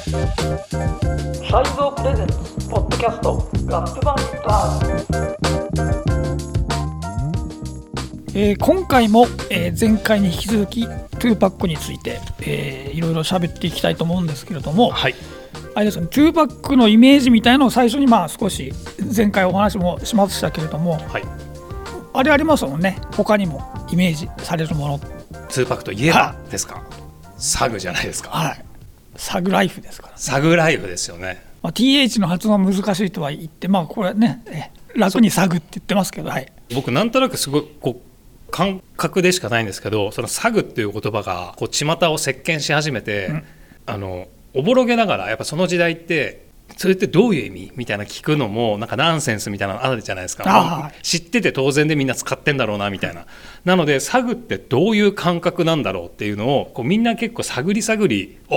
サイボープレゼンツポッドキャストラップバンド。今回も、前回に引き続き2パックについて、いろいろ喋っていきたいと思うんですけれども、 はい、 あれですね、2パックのイメージみたいなのを最初に少し前回お話もしましたけれども、 はい、 あれありますもんね。他にもイメージされるもの、 2パックといえばですか、サグじゃないですか。 はい、サグライフですから、ね、 サグライフですよね。 TH の発音は難しいとは言って、これね、楽にサグって言ってますけど、はい、僕なんとなくすごい感覚でしかないんですけど、そのサグっていう言葉が巷を席巻し始めて、おぼろげながらやっぱその時代ってそれってどういう意味みたいな聞くのもなんかナンセンスみたいなのあるじゃないですか。知ってて当然でみんな使ってんだろうなみたいな。なのでサグってどういう感覚なんだろうっていうのをみんな結構探りサグ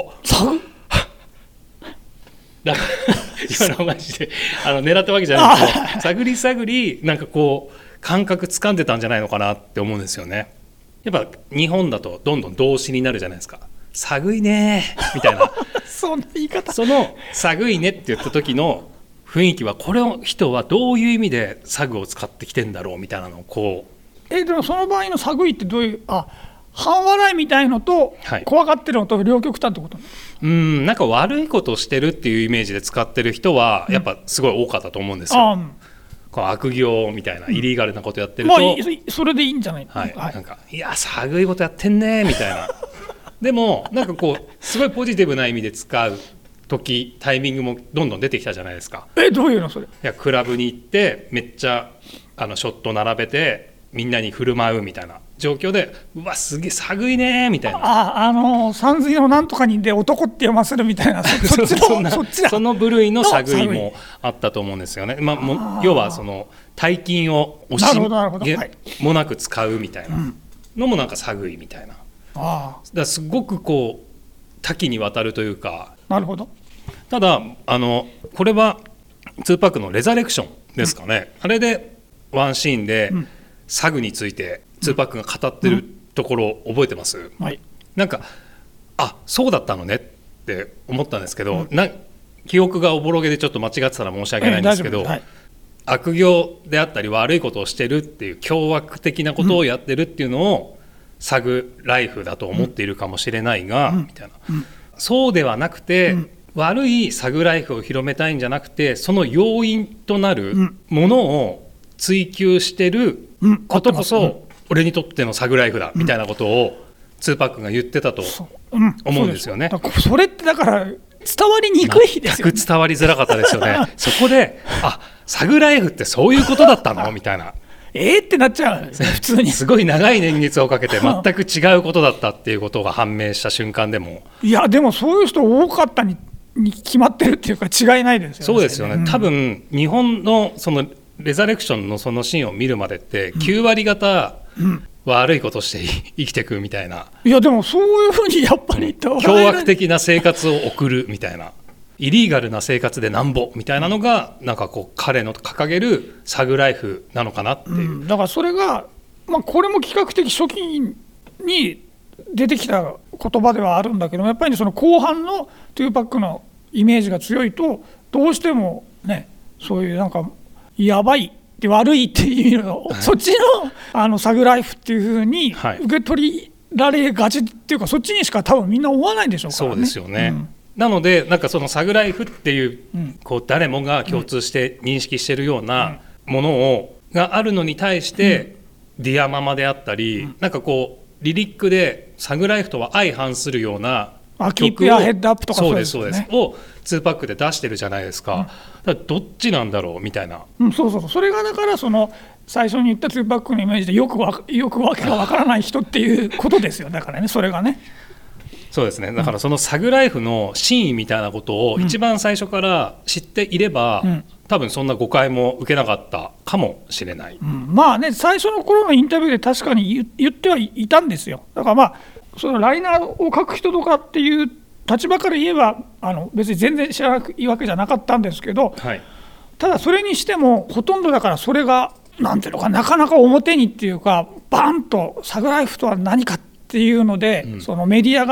だから今のマジで狙ったわけじゃないですけど、探りなんか感覚掴んでたんじゃないのかなって思うんですよね。やっぱ日本だとどんどん動詞になるじゃないですか。寒いねみたいなそんな言い方。 その寒いねって言った時の雰囲気は、これを人はどういう意味でサグを使ってきてんだろうみたいなのをでもその場合の寒いってどういう、半笑いみたいのと怖がってるのと両極端ってこと、 なんか悪いことをしてるっていうイメージで使ってる人はやっぱすごい多かったと思うんですよ。悪行みたいなイリーガルなことやってると、 それでいいんじゃない、 なんかいや寒いことやってんねみたいなでもなんかすごいポジティブな意味で使う時タイミングもどんどん出てきたじゃないですか。 どういうのそれ。 いやクラブに行ってめっちゃショット並べてみんなに振る舞うみたいな状況で、うわすげえ寒いねみたいな、 山水のなんとかにで男って読ませるみたいなその部類の寒いもあったと思うんですよね。要はその大金を惜しげもなく使うみたいなのもなんか寒いみたいな。だからすごく多岐にわたるというか。 なるほど。 ただこれは2パックのレザレクションですかね、あれでワンシーンでサグについて2パックが語ってるところ覚えてます、なんかそうだったのねって思ったんですけど、記憶がおぼろげでちょっと間違ってたら申し訳ないんですけど、悪行であったり悪いことをしてるっていう凶悪的なことをやってるっていうのをサグライフだと思っているかもしれないが、みたいな、そうではなくて、悪いサグライフを広めたいんじゃなくて、その要因となるものを追求してることこそ俺にとってのサグライフだみたいなことを2パックが言ってたと思うんですよね。 それってだから伝わりにくいですよね。 全く伝わりづらかったですよねそこでサグライフってそういうことだったのみたいなってなっちゃうんですね、普通に。 すごい長い年月をかけて全く違うことだったっていうことが判明した瞬間でも、 でもそういう人多かったに決まってるっていうか違いないですよね。 そうですよね、多分日本のそのレザレクションのそのシーンを見るまでって9割方悪いことして生きていくみたいな、 でもそういうふうにやっぱり凶悪的な生活を送るみたいな、イリーガルな生活でなんぼみたいなのがなんか彼の掲げるサグライフなのかなっていう、 だからそれが、これも比較的初期に出てきた言葉ではあるんだけど、やっぱりその後半の2パックのイメージが強いとどうしてもね、そういうなんかやばいって悪いっていうのを、そっちのサグライフっていう風に受け取りられがちっていうか、そっちにしか多分みんな思わないでしょうからね。 そうですよね、なのでなんかそのサグライフっていう、誰もが共通して認識しているようなものがあるのに対して、ディアママであったり、なんかリリックでサグライフとは相反するようなキープやヘッドアップとかそうですを2パックで出してるじゃないですか、だからどっちなんだろうみたいな、 それがだから最初に言った2パックのイメージでよくわけがわからない人っていうことですよ。だからね、それがね。 そうですね、だからそのサグライフの真意みたいなことを一番最初から知っていれば、多分そんな誤解も受けなかったかもしれない、 最初の頃のインタビューで確かに言ってはいたんですよ。だからそのライナーを書く人とかっていう立場から言えば別に全然知らないわけじゃなかったんですけど、ただそれにしてもほとんどだからそれがなんていうのかなかなか表にっていうかバンとサグライフとは何かっていうので、そのメディアが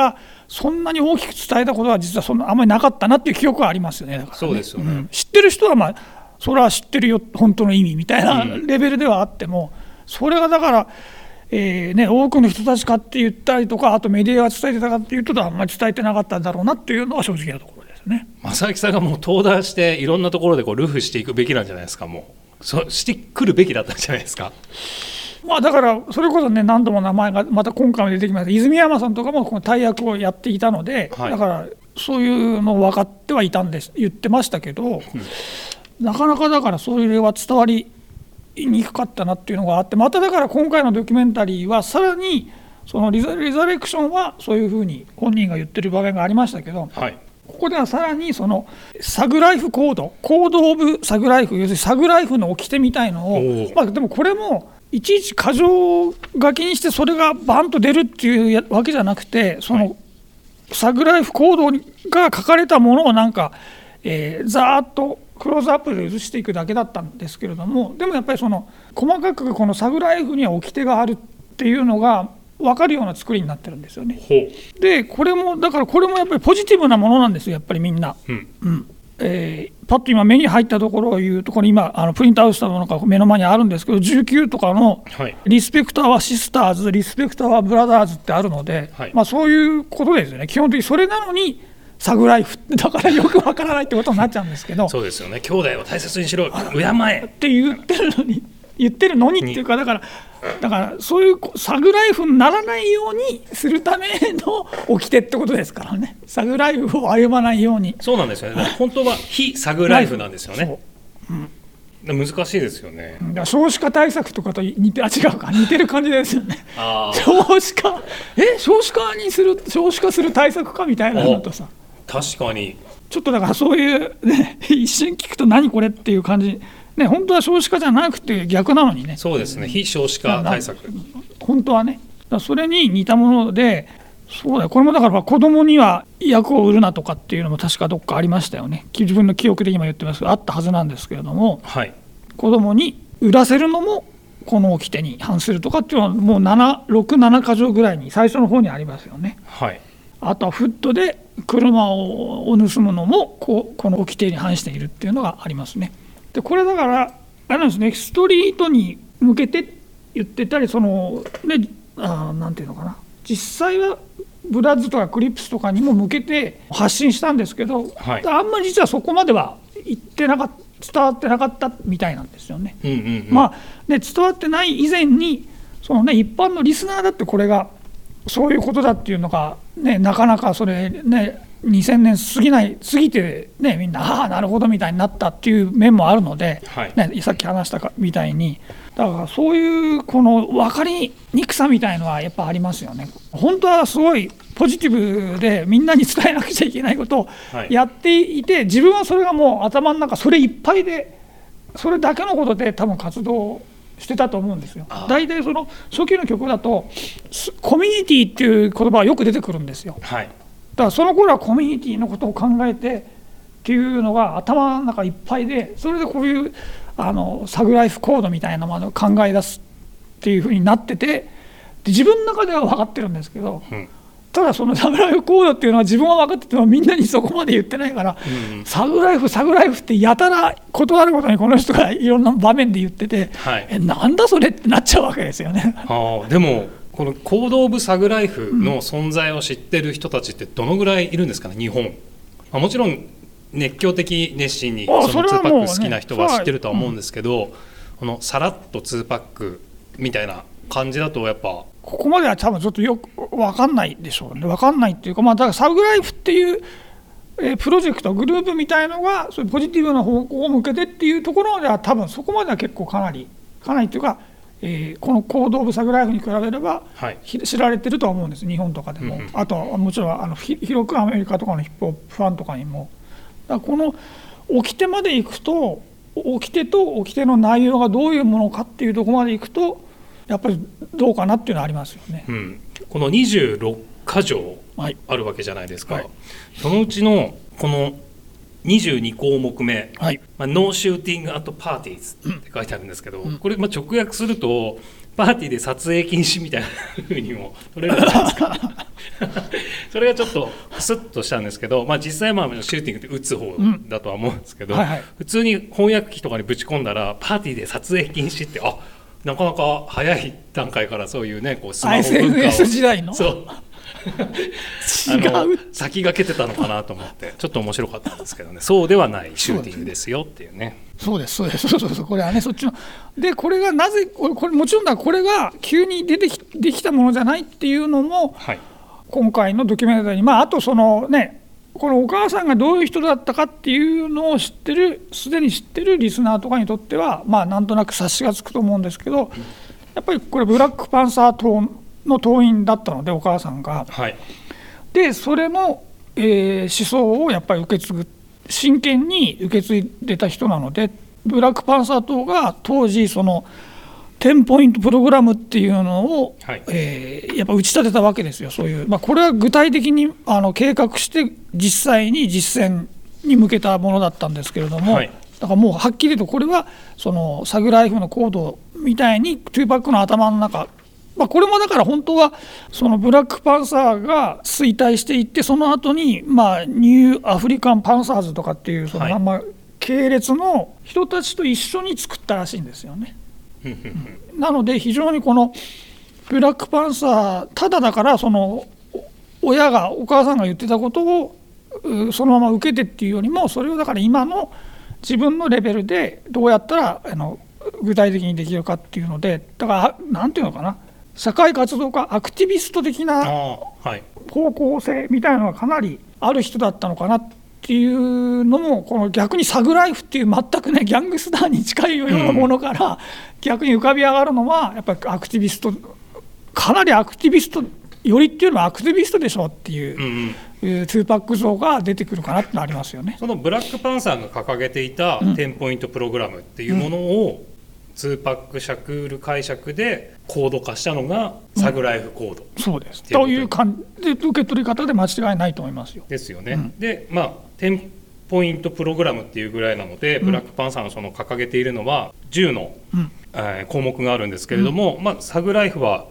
そんなに大きく伝えたことは実はあんまりなかったなっていう記憶はありますよね。だからね、 そうですよね、 知ってる人はそれは知ってるよ本当の意味みたいなレベルではあっても、それがだから、多くの人たちかって言ったりとか、あとメディアが伝えてたかっていうとあんまり伝えてなかったんだろうなっていうのは正直なところですね。 正木さんがもう登壇していろんなところでルフしていくべきなんじゃないですか。もうしてくるべきだったんじゃないですか。 だからそれこそね、何度も名前がまた今回も出てきました泉山さんとかもこの大役をやっていたので、だからそういうの分かってはいたんです言ってましたけど、なかなかだからそれは伝わりにくかったなっていうのがあって、まただから今回のドキュメンタリーはさらにそのリザレクションはそういうふうに本人が言ってる場面がありましたけど、ここではさらにそのサグライフコードオブサグライフ、要するにサグライフの掟みたいのを、でもこれもいちいち箇条書きにしてそれがバンと出るっていうわけじゃなくて、そのサグライフコードが書かれたものをなんか、ざーっとクローズアップで映していくだけだったんですけれども、でもやっぱりその細かくこのサグライフには掟があるっていうのが分かるような作りになってるんですよね。でこれもやっぱりポジティブなものなんですよ、やっぱりみんな。パッと今目に入ったところを言うと、これ今プリントアウトしたものが目の前にあるんですけど、19とかのリスペクターはシスターズ、リスペクターはブラザーズってあるので、そういうことですよね。基本的にそれなのにサグライフだからよくわからないってことになっちゃうんですけど、 そうですよね。兄弟を大切にしろ、敬えって言ってるのにっていうか、だからそういうサグライフにならないようにするための掟ってことですからね。サグライフを歩まないように。 そうなんですよね。本当は非サグライフなんですよね。難しいですよね。 だから少子化対策とかと似てる感じですよね。少子化する対策かみたいなのとさ、 確かにちょっとだからそういうね、一瞬聞くと何これっていう感じね。本当は少子化じゃなくて逆なのにね。 そうですね、非少子化対策本当はね。それに似たもので、そうだよ、これもだから子供には役を売るなとかっていうのも確かどっかありましたよね。自分の記憶で今言ってますけどあったはずなんですけれども、子供に売らせるのもこの掟に反するとかっていうのはもう7箇条ぐらいに最初の方にありますよね。あとはフットで車を盗むのもこの掟に反しているっていうのがありますね。でこれだからあれなんですね、ストリートに向けて言ってたり、なんていうのかな、実際はブラッズとかクリップスとかにも向けて発信したんですけど、あんまり実はそこまでは伝わってなかったみたいなんですよね。伝わってない以前に一般のリスナーだってこれがそういうことだっていうのが、なかなかそれ2000年過ぎて、みんななるほどみたいになったっていう面もあるので、さっき話したみたいに、だからそういうこの分かりにくさみたいのはやっぱありますよね。本当はすごいポジティブでみんなに伝えなくちゃいけないことをやっていて、自分はそれがもう頭の中それいっぱいで、それだけのことで多分活動してたと思うんですよ。大体その初期の曲だとコミュニティっていう言葉はよく出てくるんですよ。だからその頃はコミュニティのことを考えてっていうのが頭の中いっぱいで、それでこういうサグライフコードみたいなものを考え出すっていうふうになってて、で自分の中では分かってるんですけど、ただそのサグライフコードっていうのは自分は分かっててもみんなにそこまで言ってないから、サグライフってやたら断るごとにこの人がいろんな場面で言ってて、なんだそれってなっちゃうわけですよね。 でもこのコード・オブ・サグライフの存在を知ってる人たちってどのぐらいいるんですかね、日本。もちろん熱狂的熱心にその2パック好きな人は知ってるとは思うんですけど、このさらっと2パックみたいな感じだとやっぱここまでは多分ちょっとよく分かんないでしょうね。分かんないっていうか、だからサグライフっていうプロジェクトグループみたいのがそういうポジティブな方向を向けてっていうところでは多分そこまでは結構かなりっていうか、このコード・オブ・サグライフに比べれば、知られてるとは思うんです、日本とかでも。あとはもちろん広くアメリカとかのヒップホップファンとかにも。だからこの掟までいくと、掟の内容がどういうものかっていうところまでいくとやっぱりどうかなっていうのはありますよね。 この26箇条あるわけじゃないですか。そのうちのこの22項目目、ノーシューティングアットパーティーズって書いてあるんですけど、これ直訳するとパーティーで撮影禁止みたいな風にも取れるじゃないですかそれがちょっとスッとしたんですけど、実際シューティングって撃つ方だとは思うんですけど、普通に翻訳機とかにぶち込んだらパーティーで撮影禁止ってなかなか早い段階からそういうねこうスマホ文化を SNS 時代のそう違う先駆けてたのかなと思ってちょっと面白かったんですけどね、そうではないシューティングですよっていうね。 そうですこれはねそっちので、これがなぜこれもちろんこれが急にできたものじゃないっていうのも、今回のドキュメンタリーあとそのねこのお母さんがどういう人だったかっていうのをすでに知ってるリスナーとかにとってはなんとなく察しがつくと思うんですけど、やっぱりこれブラックパンサー党の党員だったのでお母さんが、でそれの、思想をやっぱり真剣に受け継いでた人なので、ブラックパンサー党が当時その10ポイントプログラムっていうのを、やっぱ打ち立てたわけですよ。そういう、これは具体的に計画して実際に実践に向けたものだったんですけれども、だからもうはっきりとこれはそのサグライフのコードみたいにトゥーパックの頭の中、これもだから本当はそのブラックパンサーが衰退していって、その後にニューアフリカンパンサーズとかっていうその系列の人たちと一緒に作ったらしいんですよねなので非常にこのブラックパンサーただだからそのお母さんが言ってたことをそのまま受けてっていうよりも、それをだから今の自分のレベルでどうやったら具体的にできるかっていうので、だからなんていうのかな、社会活動家アクティビスト的な方向性みたいなのがかなりある人だったのかなっていうのも、この逆にサグライフっていう全くねギャングスターに近いようなものから逆に浮かび上がるのはやっぱりアクティビスト、かなりアクティビストよりっていうのはアクティビストでしょっていう、2パック像が出てくるかなってのありますよね。 そのブラックパンサーが掲げていた10ポイントプログラムっていうものを2パックシャクール解釈でコード化したのがサグライフコード、 そうですという感じで受け取り方で間違いないと思いますよ。 ですよね、で10ポイントプログラムっていうぐらいなので、ブラックパンサーのその掲げているのは10の、項目があるんですけれども、サグライフは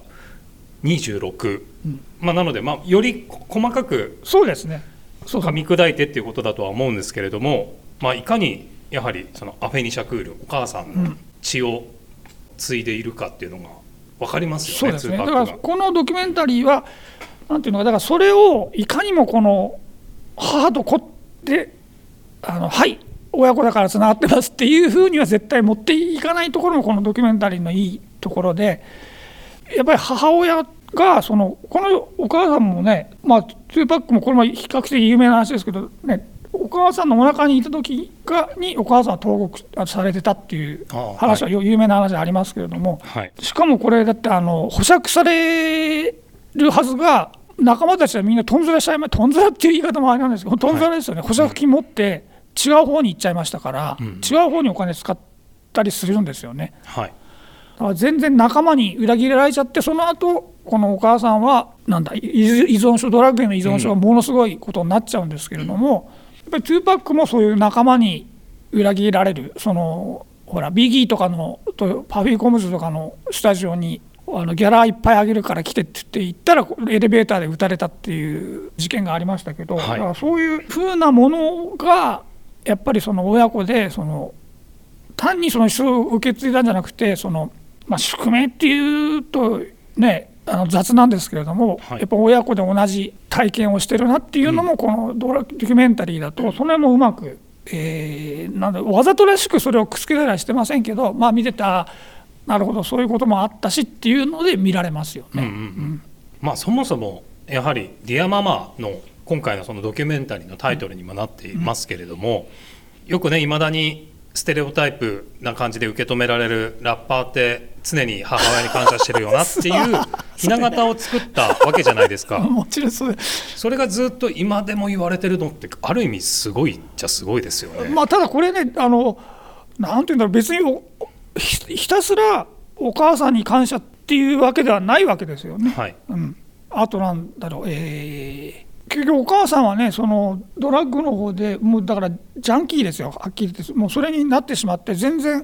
26、なので、より細かく噛み砕いてっていうことだとは思うんですけれども、いかにやはりそのアフェニ・シャクールお母さんの血を継いでいるかっていうのが分かりますよね。 そうですね。だからこのドキュメンタリーはなんていうのか、だからそれをいかにもこの母と子ではい親子だからつながってますっていうふうには絶対持っていかないところもこのドキュメンタリーのいいところで、やっぱり母親がこのお母さんもね、2パックもこれも比較的有名な話ですけどね、お母さんのお腹にいた時にお母さんは投獄されてたっていう話は有名な話でありますけれども、しかもこれだって保釈されるはずが仲間たちはみんなとんずらしちゃいました。とんずらっていう言い方もあれなんですけど、とんずらですよね。保釈金持って違う方に行っちゃいましたから、違う方にお金使ったりするんですよね。だから全然仲間に裏切られちゃって、その後このお母さんは依存症、ドラッグへの依存症がものすごいことになっちゃうんですけれども、やっぱり2パックもそういう仲間に裏切られる、ほらビギーとかのパフィーコムズとかのスタジオにギャラいっぱいあげるから来てって言ったらエレベーターで撃たれたっていう事件がありましたけど、だからそういう風なものがやっぱりその親子で単にその思想を受け継いだんじゃなくて、宿命っていうとね雑なんですけれども、やっぱ親子で同じ体験をしてるなっていうのもこのドキュメンタリーだとそれもうまく、わざとらしくそれをくっつけたりはしてませんけど、見てたなるほどそういうこともあったしっていうので見られますよね。 そもそもやはりディアママの今回のそのドキュメンタリーのタイトルにもなっていますけれども、よくね未だにステレオタイプな感じで受け止められるラッパーって常に母親に感謝してるよなっていうひな形を作ったわけじゃないですか。 もちろんそれがずっと今でも言われてるのってある意味すごいっちゃすごいですよね。 ただこれねなんていうんだろう、別にひたすらお母さんに感謝っていうわけではないわけですよね。あとなんだろう、結局お母さんはねそのドラッグの方でもうだからジャンキーですよ、はっきり言って。もうそれになってしまって全然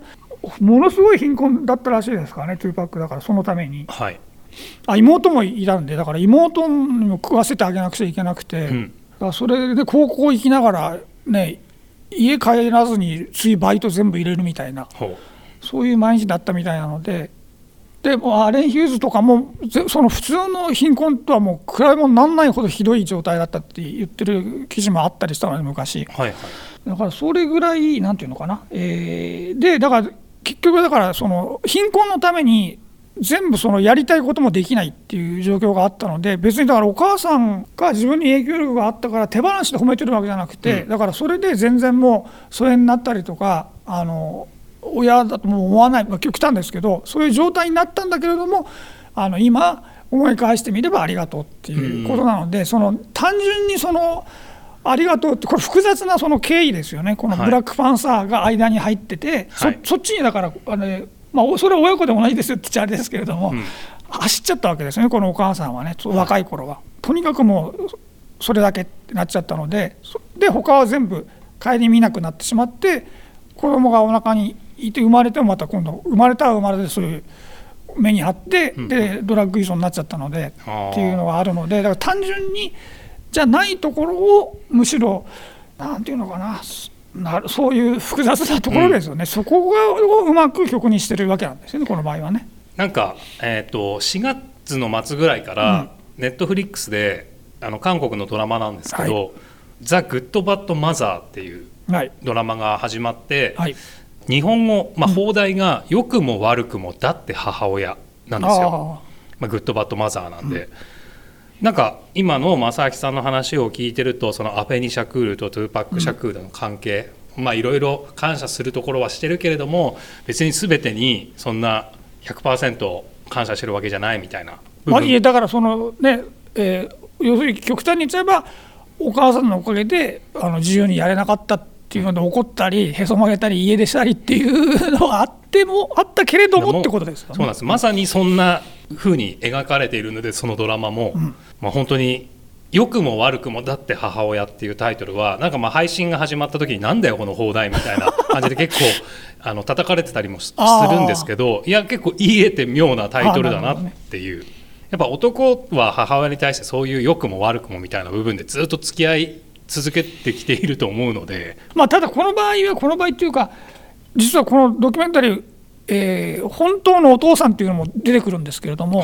ものすごい貧困だったらしいですからね、2パックだから、そのために、 はい、 妹もいたんで、だから妹にも食わせてあげなくちゃいけなくて、だからそれで高校行きながら、ね、家帰らずに次バイト全部入れるみたいな、そういう毎日だったみたいなので、でもアレン・ヒューズとかもその普通の貧困とはもう比べ物にならないほどひどい状態だったって言ってる記事もあったりしたので昔、はいはい、だからそれぐらいなんていうのかな、でだから結局だからその貧困のために全部そのやりたいこともできないっていう状況があったので、別にだからお母さんが自分に影響力があったから手放しで褒めてるわけじゃなくて、だからそれで全然もう疎遠になったりとか親だとも思わない、極端ですけど、そういう状態になったんだけれども、今思い返してみればありがとうっていうことなので、その単純にそのありがとうって、これ複雑なその経緯ですよね。このブラックパンサーが間に入ってて、そっちにだからそれは親子でも同じですよって言っちゃあれですけれども、走っちゃったわけですね、このお母さんはね、若い頃は。とにかくもうそれだけってなっちゃったので、他は全部顧みなくなってしまって、子供がお腹にいて生まれてもまた今度生まれたら生まれてそういう目に遭って、でドラッグ依存になっちゃったのでっていうのがあるので、だから単純にじゃないところをむしろなんていうのかな、そういう複雑なところですよね、そこをうまく曲にしてるわけなんですよね、この場合はね。 なんか、4月の末ぐらいからネットフリックスで韓国のドラマなんですけど、ザ・グッド・バッド・マザーっていうドラマが始まって、日本語、邦題が良くも悪くもだって母親なんですよ。グッド・バッド・マザーなんで、なんか今の正明さんの話を聞いてると、そのアフェニ・シャクールとトゥーパック・シャクールの関係、いろいろ感謝するところはしてるけれども、別に全てにそんな 100% 感謝してるわけじゃないみたいな部分。 だからそのね、要するに極端に言っちゃえば、お母さんのおかげで自由にやれなかったっていうので怒ったりへそ曲げたり家出したりっていうのがあったけれどもってことですよね。 そうなんです。まさにそんな風に描かれているので、そのドラマも、本当に良くも悪くもだって母親っていうタイトルはなんか配信が始まった時になんだよこの放題みたいな感じで結構叩かれてたりもするんですけど、いや結構言い得て妙なタイトルだなっていう。やっぱ男は母親に対してそういう良くも悪くもみたいな部分でずっと付き合い続けてきていると思うので、 ただこの場合っていうか、実はこのドキュメンタリー、本当のお父さんっていうのも出てくるんですけれども、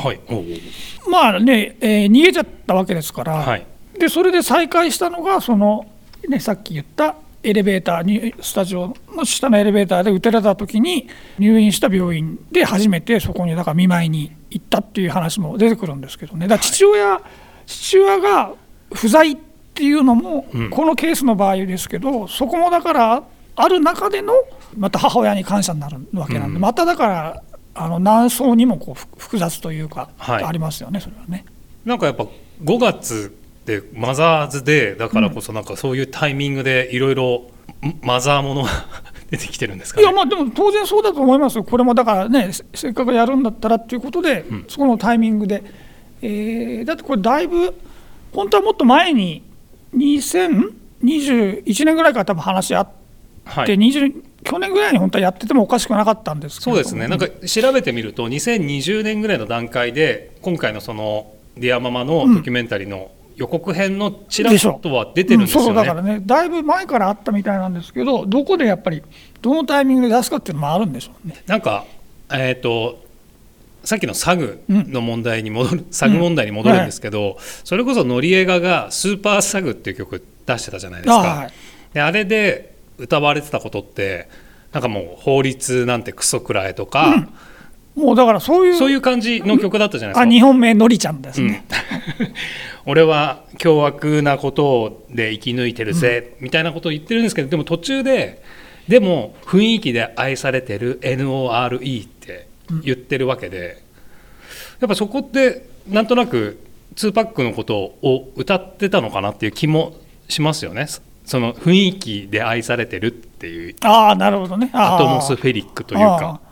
逃げちゃったわけですから、でそれで再会したのがその、さっき言ったエレベーターにスタジオの下のエレベーターで撃たれた時に入院した病院で初めてそこにだから見舞いに行ったっていう話も出てくるんですけどね。だから父親が不在っていうのもこのケースの場合ですけど、そこもだからある中でのまた母親に感謝になるわけなんで、まただから何層にもこう複雑というか、ありますよね、それはね。 なんかやっぱ5月でマザーズデーだからこそ、なんかそういうタイミングでいろいろマザーものが出てきてるんですかね。 いやでも当然そうだと思いますよ。これもだからね、せっかくやるんだったらっていうことで、そこのタイミングで、だってこれだいぶ本当はもっと前に2021年ぐらいから多分話あって、去年ぐらいに本当はやっててもおかしくなかったんですけど。 そうですね。なんか調べてみると2020年ぐらいの段階で今回のそのディアママのドキュメンタリーの予告編のチラッとは出てるんですよね。 そうだからね、だいぶ前からあったみたいなんですけど、どこでやっぱりどのタイミングで出すかっていうのもあるんでしょうね。 なんかさっきのサグの問題に戻る、サグ問題に戻るんですけど、それこそノリエガがスーパーサグっていう曲出してたじゃないですか。であれで歌われてたことってなんかもう法律なんてクソくらえとか、 もうだからそういう感じの曲だったじゃないですか。 日本名のりちゃんですね、 俺は凶悪なことで生き抜いてるぜ、みたいなことを言ってるんですけど、でも途中ででも雰囲気で愛されてる NORE って言ってるわけで、やっぱそこってなんとなく2パックのことを歌ってたのかなっていう気もしますよね。その雰囲気で愛されてるっていう、 なるほどね、 アトモスフェリックというか、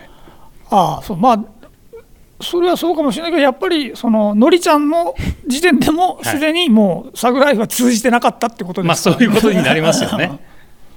それはそうかもしれないけど、やっぱりそののりちゃんの時点でもすでにもうサグライフは通じてなかったってことですか、 そういうことになりますよね。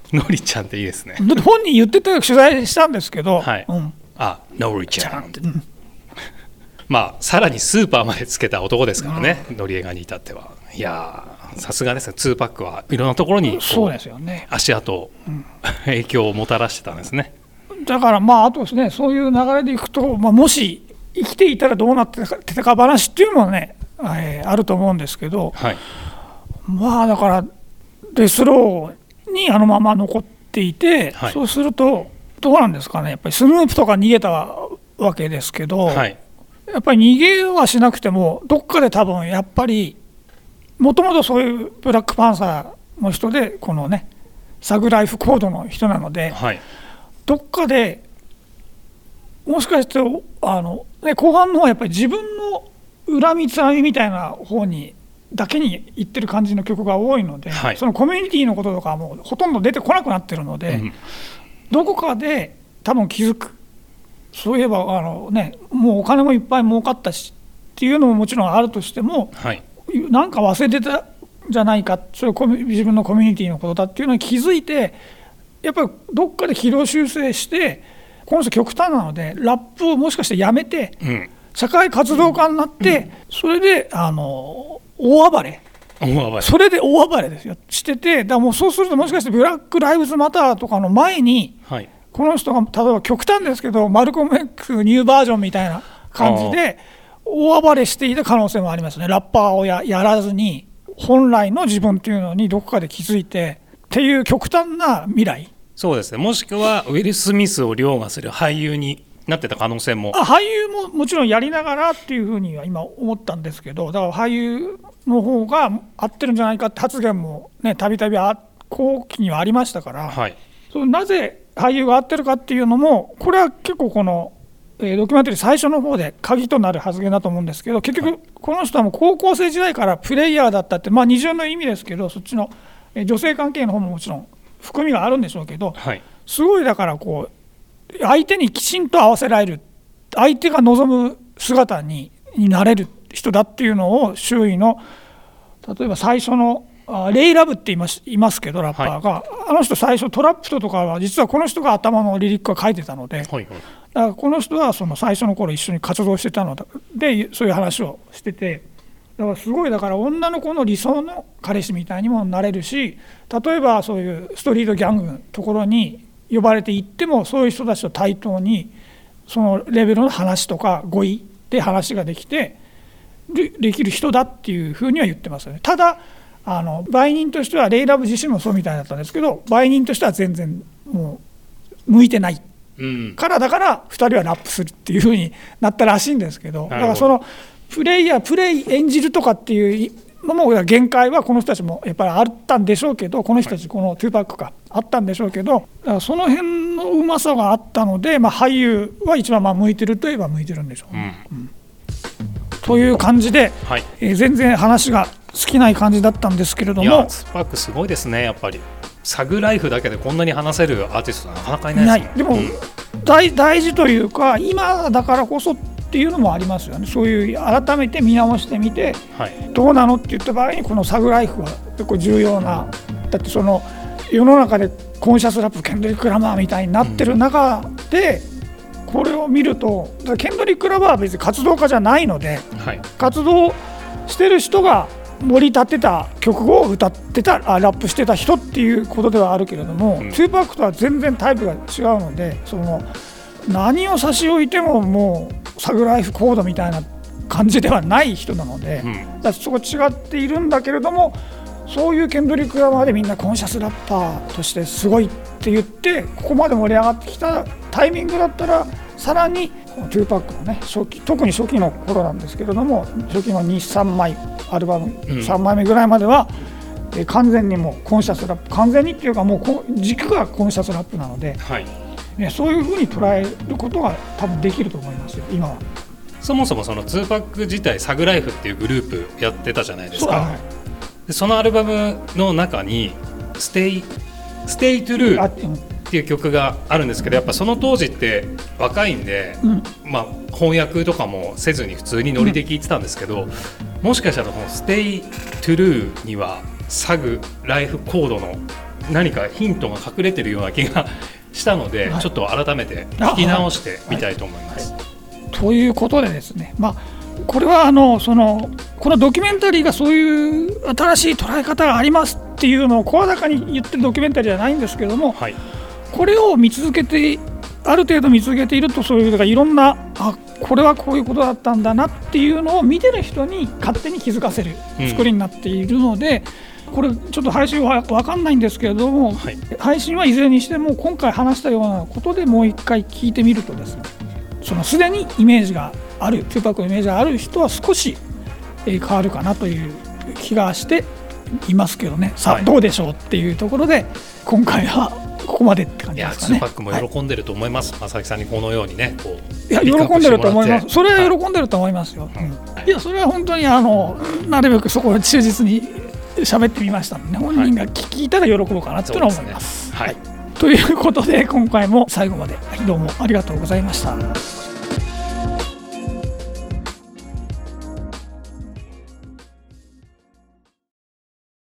ノリちゃんっていいですね。 だって本人言ってたよ、取材したんですけど、 はい、ノリちゃんって、まあさらにスーパーまでつけた男ですからね、ノリエガに至っては。いやさすがですね、2パックはいろんなところにそうですよね、 足跡、影響をもたらしてたんですね。 だからまああとですね、そういう流れでいくと、もし生きていたらどうなってたか話っていうのもね、あると思うんですけど、 はい、 まあだからデスローにあのまま残っていて、 はい、 そうするとどうなんですかね、やっぱりスヌープとか逃げたわけですけど、 はい、 やっぱり逃げはしなくてもどっかで多分やっぱりもともとそういうブラックパンサーの人でこのねサグライフコードの人なので、 はい、 どっかでもしかして後半の方はやっぱり自分の恨みつらみみたいな方にだけにいってる感じの曲が多いので、 はい、 そのコミュニティのこととかはもうほとんど出てこなくなってるので、どこかで多分気づく。そういえばもうお金もいっぱい儲かったしっていうのももちろんあるとしても、 はい、 なんか忘れてたんじゃないか、そういう自分のコミュニティのことだっていうのに気づいて、やっぱりどっかで軌道修正して、この人極端なのでラップをもしかしてやめて、社会活動家になって、それで大暴れ、それで大暴れですよしてて、だからもうそうするともしかしてブラック・ライブズ・マターとかの前に、はい、この人が例えば極端ですけどマルコム X ニューバージョンみたいな感じで大暴れしていた可能性もありますね。ラッパーを やらずに本来の自分っていうのにどこかで気づいてっていう極端な未来。 そうですね、もしくはウィル・スミスを凌駕する俳優になってた可能性も。 俳優ももちろんやりながらっていうふうには今思ったんですけど、だから俳優の方が合ってるんじゃないかって発言もねたびたび後期にはありましたから、はい、なぜ俳優が合ってるかっていうのもこれは結構この、ドキュメンタリー最初の方で鍵となる発言だと思うんですけど、結局この人はもう高校生時代からプレイヤーだったって、二重の意味ですけど、そっちの女性関係の方ももちろん含みがあるんでしょうけど、はい、すごいだからこう相手にきちんと合わせられる、相手が望む姿になれる人だっていうのを周囲の、例えば最初のレイラブっていますけどラッパーが、はい、あの人最初トラップとかは実はこの人が頭のリリックを書いてたので、はいはい、だからこの人はその最初の頃一緒に活動してたのでそういう話をしてて、だからすごいだから女の子の理想の彼氏みたいにもなれるし、例えばそういうストリートギャングのところに呼ばれて行ってもそういう人たちと対等にそのレベルの話とか語彙で話ができてできる人だっていうふうには言ってますよね。ただ売人としてはレイラブ自身もそうみたいだったんですけど、売人としては全然もう向いてないから、だから2人はラップするっていうふうになったらしいんですけど、だからそのプレイ演じるとかっていうのも限界はこの人たちもやっぱりあったんでしょうけど、この人たちこの2パックかあったんでしょうけど、だからその辺のうまさがあったので、俳優は一番向いてるといえば向いてるんでしょうね。という感じで、はい、全然話が尽きない感じだったんですけれども、いや 2パックすごいですね。やっぱりサグライフだけでこんなに話せるアーティストはなかなかいないですね。 でも、大事というか今だからこそっていうのもありますよね。そういう改めて見直してみて、はい、どうなのって言った場合にこのサグライフは結構重要な、だってその世の中でコンシャスラップケンドリック・ラマーみたいになってる中で、これを見るとケンドリック・ラマーは別に活動家じゃないので、はい、活動してる人が盛り立ってた曲を歌ってたラップしてた人っていうことではあるけれども、2パックとは全然タイプが違うので、その何を差し置いてももうサグライフコードみたいな感じではない人なので、だそこ違っているんだけれども、そういうケンドリック・ラマーでみんなコンシャスラッパーとしてすごいって言ってここまで盛り上がってきたタイミングだったら、さらに2パックのね特に初期の頃なんですけれども、初期の 2,3 枚アルバム3枚目ぐらいまでは、完全にもうコンシャスラップ、完全にっていうかもう軸がコンシャスラップなので、はい、そういうふうに捉えることが多分できると思いますよ今は。 そもそもその2パック自体サグライフっていうグループやってたじゃないですか。でそのアルバムの中にステイトゥルーっていう曲があるんですけど、やっぱその当時って若いんで、翻訳とかもせずに普通にノリで聴いてたんですけど、もしかしたらこのステイトゥルーにはサグライフコードの何かヒントが隠れてるような気がしたので、ちょっと改めて聞き直してみたいと思います。 ということでですね、これはこのドキュメンタリーがそういう新しい捉え方がありますっていうのを声高に言ってるドキュメンタリーじゃないんですけども、これを見続けてある程度見続けていると、そういういろんなこれはこういうことだったんだなっていうのを見てる人に勝手に気づかせる作りになっているので、これちょっと配信は分かんないんですけれども、配信はいずれにしても今回話したようなことでもう一回聞いてみるとですね、すでにイメージがあるトゥーパックのイメージがある人は少し変わるかなという気がしていますけどね。さあどうでしょうっていうところで今回はここまでって感じですかね。 ツーパックも喜んでると思います。正木さんにこのようにね、 喜んでると思います。それは喜んでると思いますよ。いやそれは本当になるべくそこを忠実に喋ってみましたので、本人が聞いたら喜ぶかなというのは思います。ということで今回も最後までどうもありがとうございました。